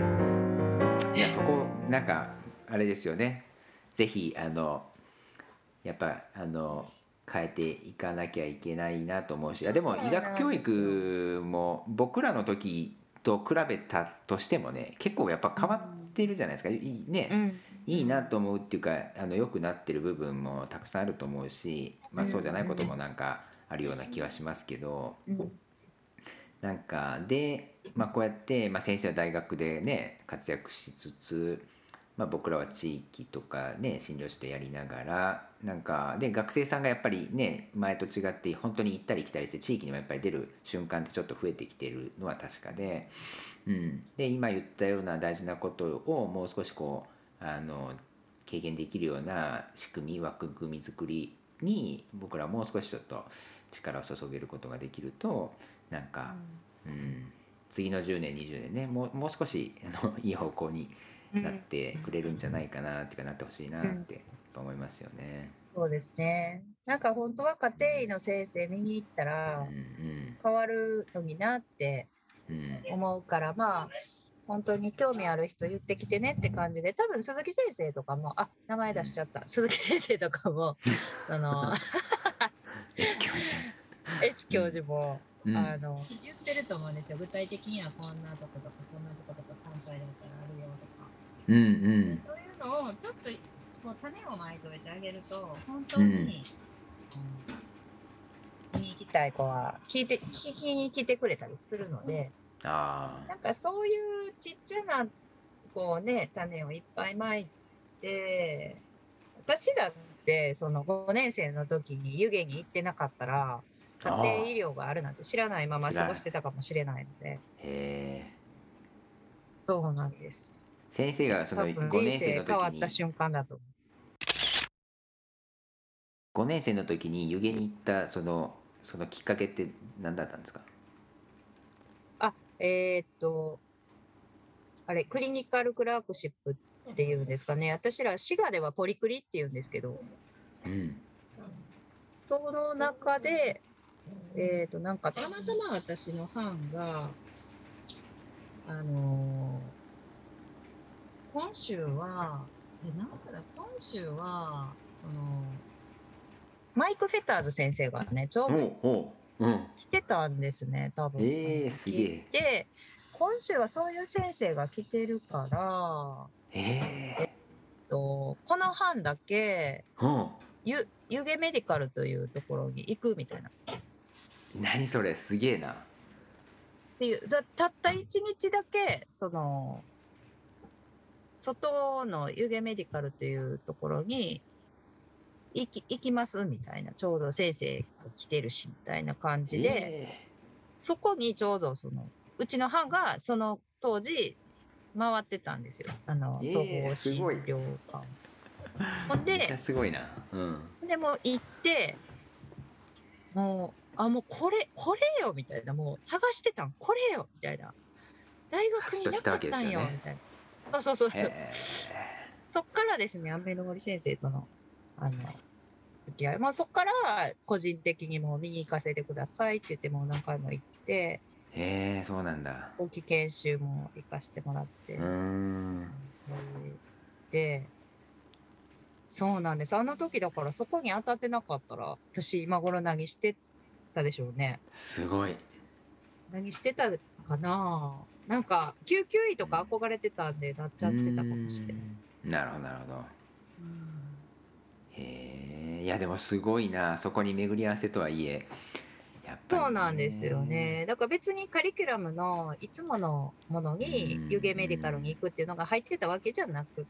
どいやそこなんかあれですよねぜひあのやっぱあの変えていかなきゃいけないなと思うし、あそでも医うなん学教ですよ。 育も僕らの時と比べたとしてもね、結構やっぱう変わってん。 るじゃないですか。いいね、 うん。ういいなとん。 思うっていうか、あの良くなってる部分もたくさんあると思うし、まあ、 うん。 そうじゃないこともうん。 なんかあるような気はしますけど、 うん。 なんかで、まあ、こうやって、まあ、先生は大学でね活躍しつつ、まあ、僕らは地域とかね診療所でやりながら、なんかで学生さんがやっぱりね前と違って本当に行ったり来たりして地域にもやっぱり出る瞬間ってちょっと増えてきてるのは確かで、うん、で今言ったような大事なことをもう少しこうあの軽減できるような仕組み枠組み作りに僕らもう少しちょっと力を注げることができると、なんか、 うん。 うん、次のじゅうねんにじゅうねんねもう、もう少しあのいい方向になっうん。 てくれるんじゃないかなっていうかなってほしいなうん。 ってやっぱ思いますよね。 そうですね。なんか本当は家庭医の先生見に行ったうんらうん変わるのになってうん思うから、まあ、本当に興味ある人言ってきてねって感じで、多分鈴木先生とかも、あ、名前出しちゃった。鈴木先生とかも、その、 うん S 教授 S 教うん授も、 うんあの、言ってると思うんですよ。具体的にはこんなとことか、こんなとことか、関西だったらあるよとか。 うんうで、 んそういうのをちょっと、こう、種をまいといてあげると、本うん当に、うん、見に行きたい子は、聞いて、聞きに来てくれたりするので、 ああなんかそういうちっちゃなこうね、種をいっぱいまいて、私だってそのごねん生の時に湯気に行ってなかったら、家庭ああ医療があるなんて知らないまま知らない。 過ごしてたかもしれないので、 へえ。 そうなんです。 先生がその多分人 5年生生変わったの時に瞬間だと思う。 ごねん生の時に湯気に行ったそのそのきっかけって何だったんですか？ あ、えーっと、あれ、クリニカルクラークシップっていうんですかね。私ら滋賀ではポリクリっていうんですけど、 うんその中で、えーっと、なんかたまたま私の班が、あのー今週は、え、なんかな、今週は、その、マイク・フェターズ先生がね、ちょうおどうおううん来てたんですね、多分。あえー、 の、聞いすげえて、今週はそういう先生が来てるから、えっえと、この班だけ、 ー、うんゆ、湯気メディカルというところに行くみたいな。っ何それすげえなていう、だ、たった一日だけ、その、外の湯気メディカルというところに行き、行きますみたいな、ちょうど先生が来てるし、みたいな感じで、 えそこにちょうどその、うちの班がその当時回ってたんですよ。あの、 ー、 総えー、 合診すごい療科を。ほんめちゃで、 すごいなうんでもう行って、もう、あ、もうこれ、これよみたいな、もう探してたん、これよみたいな。大学にな勝ちときたわけでかったんよ、 すよねみたいな。そうそうそうそう。 へそっからですね、雨の森先生との、あの、付き合い。まあそっから個人的にも見に行かせてくださいって言ってもう何回も行って、 えへえそうなんだ後期研修も行かせてもらっうーて。 んえーで、そうなんです。あの時だからそこに当たってなかったら、私今頃何してたでしょうね。 すごい何してたかな。なんか、救急医とか憧れてたんでなっうーちゃってたかもしれない。 んなるほどなるほどうん、 へえいやでもすごいなそこに巡り合わせとはいえやっぱりそうなんですよねね。だから別にカリキュラムのいつものものうんうに湯気メディカルにん行くっていうのが入ってたわけじゃなくって、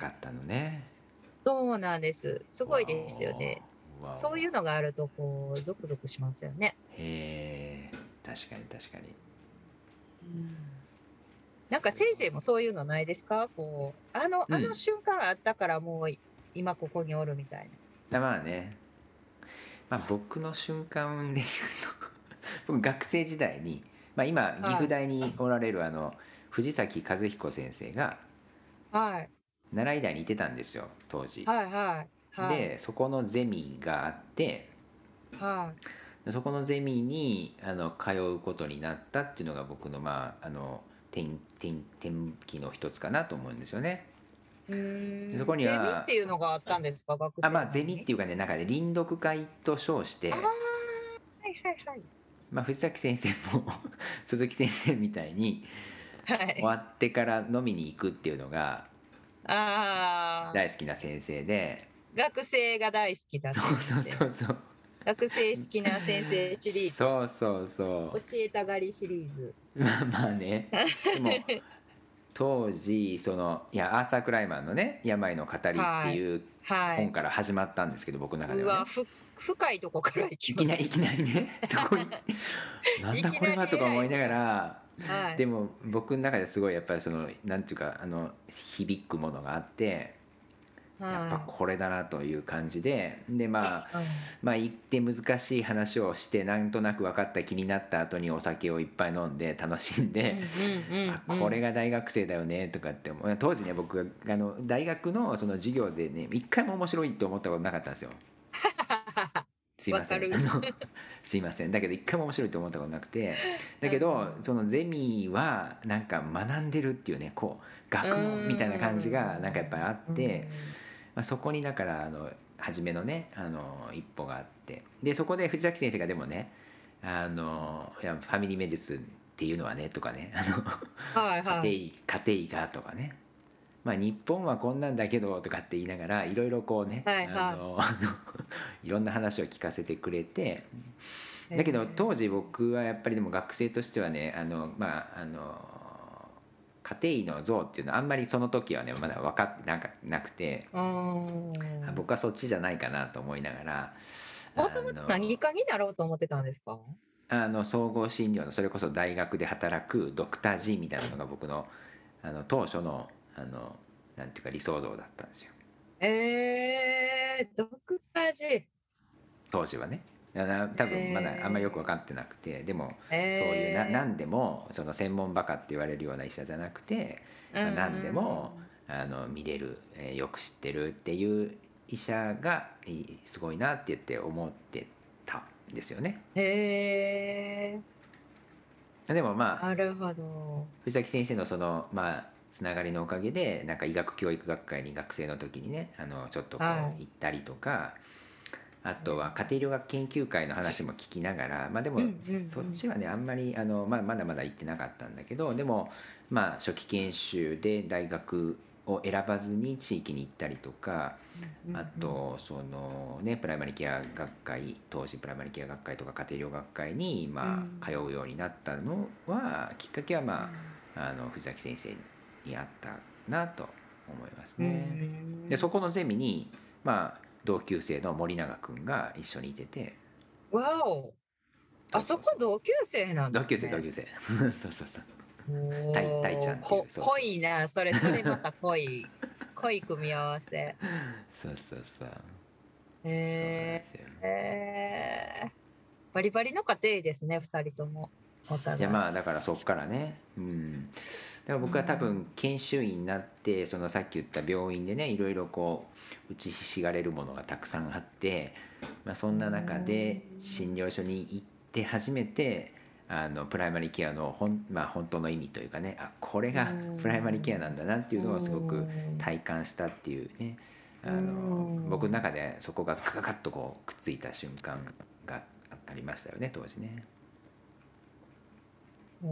なかったのねそうなんです。すごわいですよね。 おわそういうのがあると、こう、ゾクゾクしますよね。 おへえ確かに確かにうん、なんか先生もそういうのないですか？こう、あの、あのうん瞬間あったからもう今ここにおるみたいな。 あまあねまあ僕の瞬間で言うと僕学生時代に、まあ、今岐阜はい。 大におられるあの藤崎和彦先生がはい。 奈良医大にいてたんですよ当時はいはい。はい。 でそこのゼミがあってはい。 そこのゼミにあの通うことになったっていうのが僕のまああの転転転機の一つかなと思うんですよねうーでそこん、ゼミっにはていうのがあったんですか、学あ、 生まあゼミっなのに。 ていうかね、なんかね臨読会と称しああ、 て、 はいはいはい。 まあ、藤崎先生も鈴木先生みたいにはい。 終わってから飲みに行くっていうのがああ、 大好きな先生で、 学生が大好きだそうそう先生。 そうそう学生好きな先生シリーズ。 そうそうそ教えたがりシリーズ。 うまあまあね。でも当時そのいやアーサー・クライマンのね「病の語り」ってはい。 いうはい。 本から始まったんですけど、僕の中でうわ、 はね、 ふ深いとこから行きいきなりいますね。 きなりねそこになんいだこれはとかきなり偉思いながい深い。 ら、 はい。 でも僕の中ですごいやっぱりそのなんていうかあの響くものがあって、やっぱはい。 これだなという感じで、でまあうん。 まあ行って難しい話をしてなんとなく分かった気になった後にお酒をいっぱい飲んで楽しんで、 うんうんうあんうん。 これが大学生だよねとかって思う。当時ね僕があの大学のその授業でね一回も面白いと思ったことなかったんですよ。すいません、あわかる。 のすいませんだけど一回も面白いと思ったことなくて、だうけどん。 そのゼミはなんか学んでるっていうね、こううー学問みたいな感じがなんかやっぱりあっん。うて、 ん。 まあ、そこにだからあの初めのねあの一歩があって、でそこで藤崎先生がでもねあのいやファミリーメディスンっていうのはねとかね、あのはいはい。 家庭家庭医がとかね、まあ、日本はこんなんだけどとかって言いながらいろいろこうねはいはあのあのいろんな話を聞かせてくれて、 い。へだけど当時え。 僕はやっぱりでも学生としてはねあのまああの家庭医の像っていうのはあんまりその時はねまだ分かってなんかなくて、 うーん。 僕はそっちじゃないかなと思いながらもともとあの何かになろうと思ってたんですか？ あの総合診療のそれこそ大学で働くドクター G みたいなのが僕のあの当初のあのなんていうか理想像だったんですよ、 ええ、ドクター G。 当時はね。だから多分まだあんまりよく分かってなくて、でもえそういうなえ。 何でもその専門バカって言われるような医者じゃなくて、 うんまあ、何でうんもあの見れる、えーよく知ってるっていう医者がいいすごいなって言って思ってたんですよね。 へえ、 でもまあなるほど。 藤崎先生のそのまあつながりのおかげでなんか医学教育学会に学生の時にねあのちょっとこうはい。 行ったりとか、あとはうん。 家庭医療学研究会の話も聞きながら、まあ、でもうんうんうん。 そっちはねあんまりあの、まあ、まだまだ行ってなかったんだけど、でもまあ初期研修で大学を選ばずに地域に行ったりとか、 うんうんあうん。 とそのねプライマリケア学会、当時プライマリケア学会とか家庭医療学会にうまあ通ん。 うようになったのはきっかけはまうん。 ああの藤崎先生にあったなと思いますうーね。でそん。 このゼミにまあ同級生の森永君が一緒にいてて、 わお。あそそうそうそうこ同級生なんで同級すね。 生同級生そうそうそう、たいたいちおお、 ゃんっていうこそうそう濃いな、それそれまた濃い濃い組み合わせ。 そうそうそうそうなんでえすよ。 え、ええ。バリバリの家庭ですね、ふたりとも、おいや互い。 まあだからそっからね、うんだからう僕は多ん。 分研修医になってそのさっき言った病院でねいろいろこう打ちひしがれるものがたくさんあって、まあ、そうーんな中でん。 診療所に行って初めてあのプライマリケアの本、まあ、本当の意味というかね、あこれうーがプライマリケアなんん。 だなっていううのをすごくーん。 体感したっていうね、 うーあの僕のん。 中でそこがカカカッとこうくっついた瞬間がありましたよね当時ね。 へ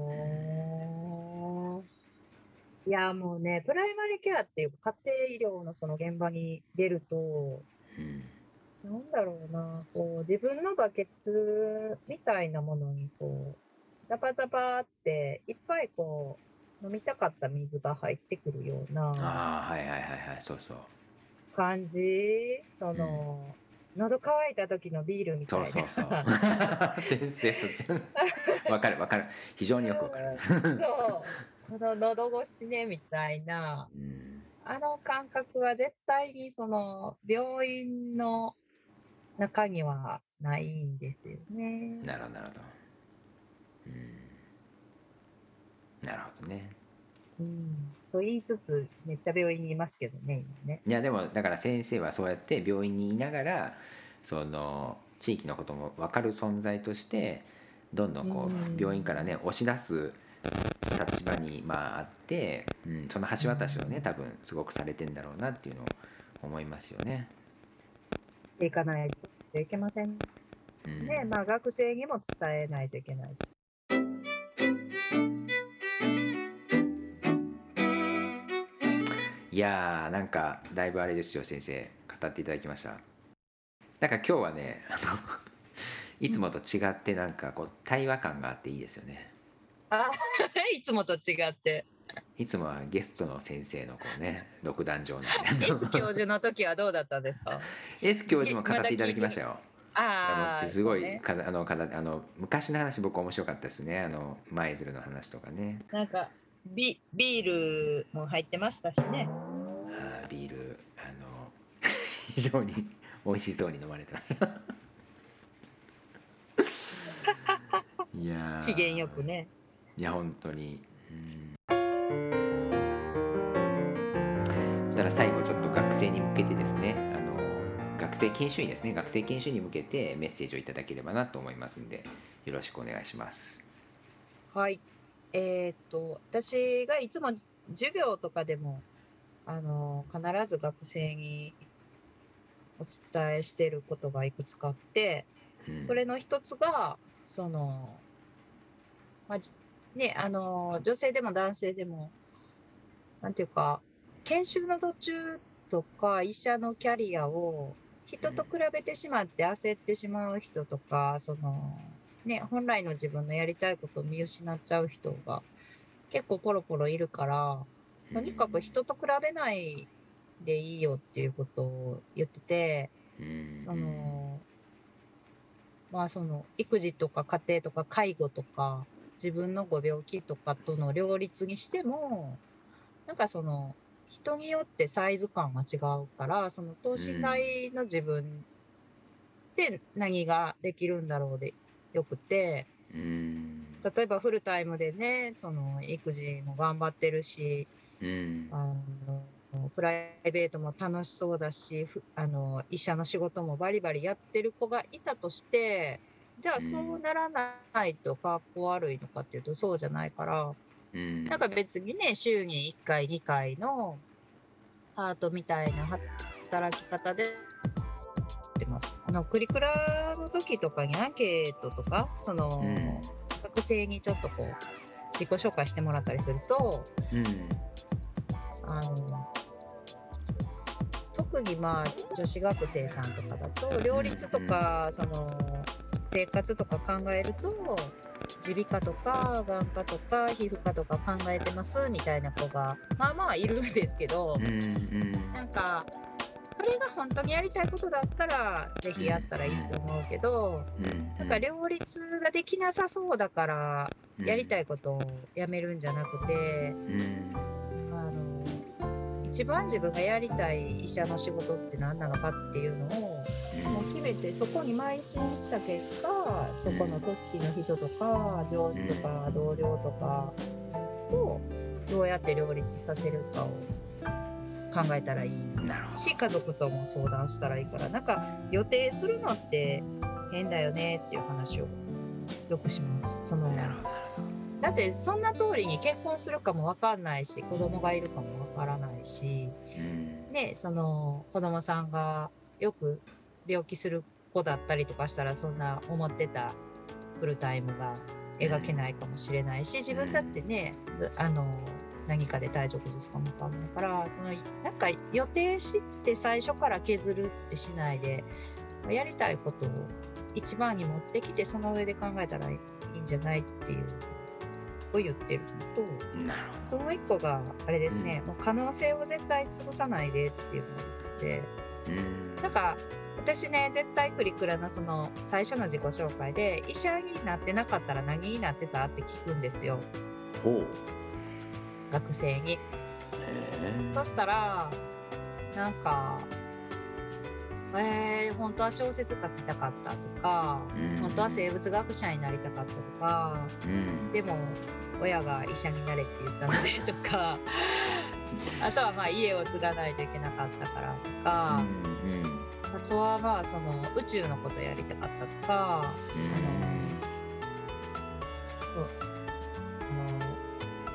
え。いや、もうね、プライマリケアっていうか、家庭医療のその現場に出ると、 うんなんだろうな、こう、自分のバケツみたいなものに、こう、ザバザバっていっぱいこう、飲みたかった水が入ってくるようなああはいはいはいはいそうそう、 感じ、そうんの、喉乾いた時のビールみそうたいな。 そうそう先生そっちわかるわかる、非常によくわかるそう、この喉越しねみたいな、 うんあの感覚は絶対にその病院の中にはないんですよね。 なるほどなるほど、うんなるほどね。 うん。と言いつつ、めっちゃ病院にいますけどね、今ね。 いやでもだから先生はそうやって病院にいながらその地域のことも分かる存在としてどんどんうこう病院からん。 ね押し出す立場にまああって、うん、その橋渡しをね多分すごくされてんだろうなっていうのを思いますよね。 していかないといけませんうんね。まあ学生にも伝えないといけないし。 いやーなんかだいぶあれですよ先生語っていただきました。なんか今日はねあのいつもと違ってなんかこう対話感があっていいですよね。 あいつもと違って。 いつもはゲストの先生のこうね独壇場なんで S 教授の時はどうだったんですか？ S 教授も語っていただきましたよ。いやもうああ、 すごい、 ね、 かあのかあの昔の話僕面白かったですね。あの舞鶴の話とかね。 なんかビビールも入ってましたしね。 あビールあの非常に美味しそうに飲まれてましたいや機嫌よくね。 いや本当に、うん、そしたら最後ちょっと学生に向けてですねあの学生研修医ですね学生研修医に向けてメッセージをいただければなと思いますんでよろしくお願いします。 はい。えーっと私がいつも授業とかでもあの必ず学生にお伝えしていることがいくつかあって、 うん、 それの一つがその、まあじね、あの女性でも男性でもなんていうか研修の途中とか医者のキャリアを人と比べてしまって焦ってしまう人とか、そのね、本来の自分のやりたいことを見失っちゃう人が結構ポロポロいるから、とにかく人と比べないでいいよっていうことを言ってて、 うん、 そのまあその育児とか家庭とか介護とか自分のご病気とかとの両立にしてもなんかその人によってサイズ感が違うからその等身大の自分って何ができるんだろうでよくて、 うん、 例えばフルタイムでねその育児も頑張ってるし、 うん、 あのプライベートも楽しそうだしあの医者の仕事もバリバリやってる子がいたとしてじゃあそうならないとかっこ悪いのかっていうとそうじゃないから、 うん、 なんか別にね週にいっかいにかいのパートみたいな働き方でってます。あのクリクラの時とかにアンケートとかその、うん、学生にちょっとこう自己紹介してもらったりすると、うん、あの特にまあ女子学生さんとかだと両立とかその生活とか考えると耳鼻科とか眼科とか皮膚科とか考えてますみたいな子がまあまあいるんですけど、うんうん、なんかそれが本当にやりたいことだったらぜひやったらいいと思うけど、うん、なんか両立ができなさそうだからやりたいことをやめるんじゃなくて、うん、あの一番自分がやりたい医者の仕事って何なのかっていうのをもう決めてそこに邁進した結果そこの組織の人とか上司とか同僚とかとどうやって両立させるかを考えたらいいし家族とも相談したらいいからなんか予定するのって変だよねっていう話をよくします。そのだってそんな通りに結婚するかも分かんないし子供がいるかも分からないし、うんね、その子供さんがよく病気する子だったりとかしたらそんな思ってたフルタイムが描けないかもしれないし自分だってねあの何かで体調崩すかも分かんないからそのなんか予定して最初から削るってしないでやりたいことを一番に持ってきてその上で考えたらいいんじゃないっていうを言ってるのと、なるほど。もう一個があれですね、うん、もう可能性を絶対潰さないでっていうのがあって、うん、なんか私ね絶対クリクラのその最初の自己紹介で医者になってなかったら何になってたって聞くんですよ。ほう。学生に。そしたらなんかえー、本当は小説書きたかったとか、うん、本当は生物学者になりたかったとか、うん、でも親が医者になれって言ったのでとかあとはまあ家を継がないといけなかったからとか、うんうん、あとはまあその宇宙のことやりたかったとか、うん、あのあの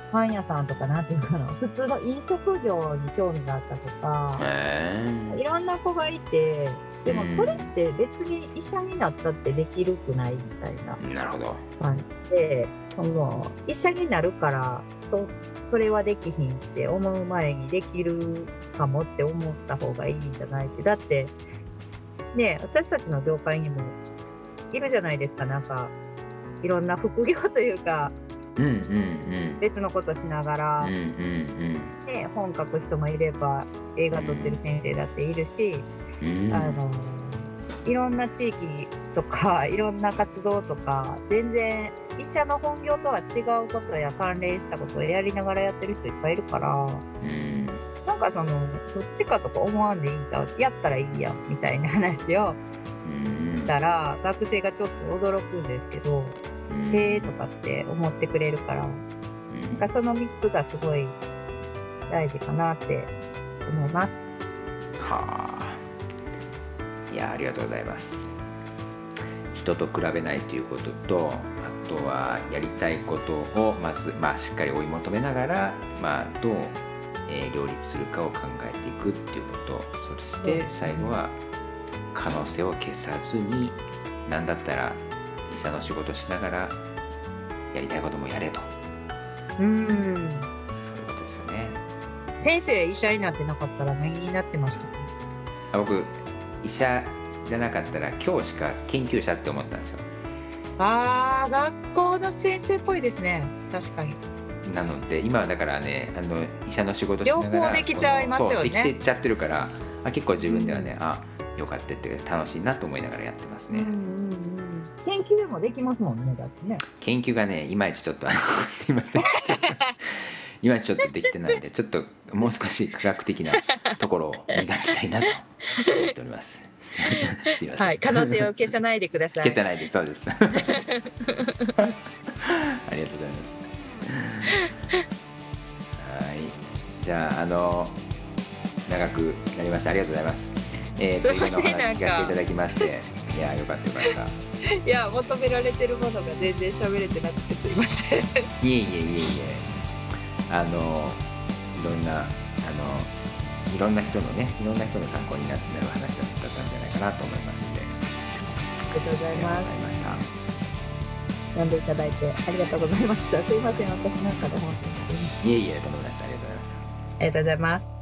パン屋さんとか、なんていうかな、普通の飲食業に興味があったとか、 へいろんな子がいて、でもうんそれって別に医者になったってできるくないみたいなえ、なるほど。 感じで、その医者になるからそそれはできひんって思う前にできるかもって思った方がいいんじゃないって。だってね、私たちの業界にもいるじゃないですか、なんかいろんな副業というかうんうんうん別のことしながら、 うんうんうんね、本書く人もいれば映画撮ってる先生だっているし、 うんあのいろんな地域とかいろんな活動とか全然医者の本業とは違うことや関連したことをやりながらやってる人いっぱいいるから、 うんなんかそのどっちかとか思わんでいいんだ、やったらいいやんみたいな話をうんしたら学生がちょっと驚くんですけど、 うんへーとかって思ってくれるから、なんかそのみっつがすごい大事かなって思います。 はあ、いやありがとうございます。人と比べないということと、あとはやりたいことをまず、まあ、しっかり追い求めながら、まあ、どう、えー両立するかを考えていくっていうこと、そして最後は可能性を消さずに、何だったら医者の仕事しながらやりたいこともやれと、 うーんそういうことですよね。 先生医者になってなかったら何になってましたか？ あ僕医者じゃなかったら教師か研究者って思ってたんですよ。 あー、学校の先生っぽいですね。確かに。 なので今はだからね、あの医者の仕事しながら両方できちゃいますよねそうできてっちゃってるから、あ結構自分ではね、うん、あよかったって楽しいなと思いながらやってますね。 うんうんうん、研究もできますもんね、だってね。 研究がねいまいちちょっとあのすいませんちょっといまいちちょっとできてないんで、ちょっともう少し科学的なところを磨きたいなと思っております。すいません、 はい、可能性を消さないでください。 消さないで、そうですありがとうございます。はい、じゃああの長くなりましたありがとうございます。えー、といろんなお話聞かせていただきまして、いやよかったよかった。 いや求められてるものが全然喋れてなくてすいません。 いえいえいえいえ、あのいろんなあのいろんな人のねいろんな人の参考になる話だったんじゃないかなと思いますので、 ありがとうございありがとうごます。 ざいました。 読んでいただいてありがとうございました。すいません、私なんかで本当に。 いえいえとんでもないです。ありがとうございました。 ありがとうございます。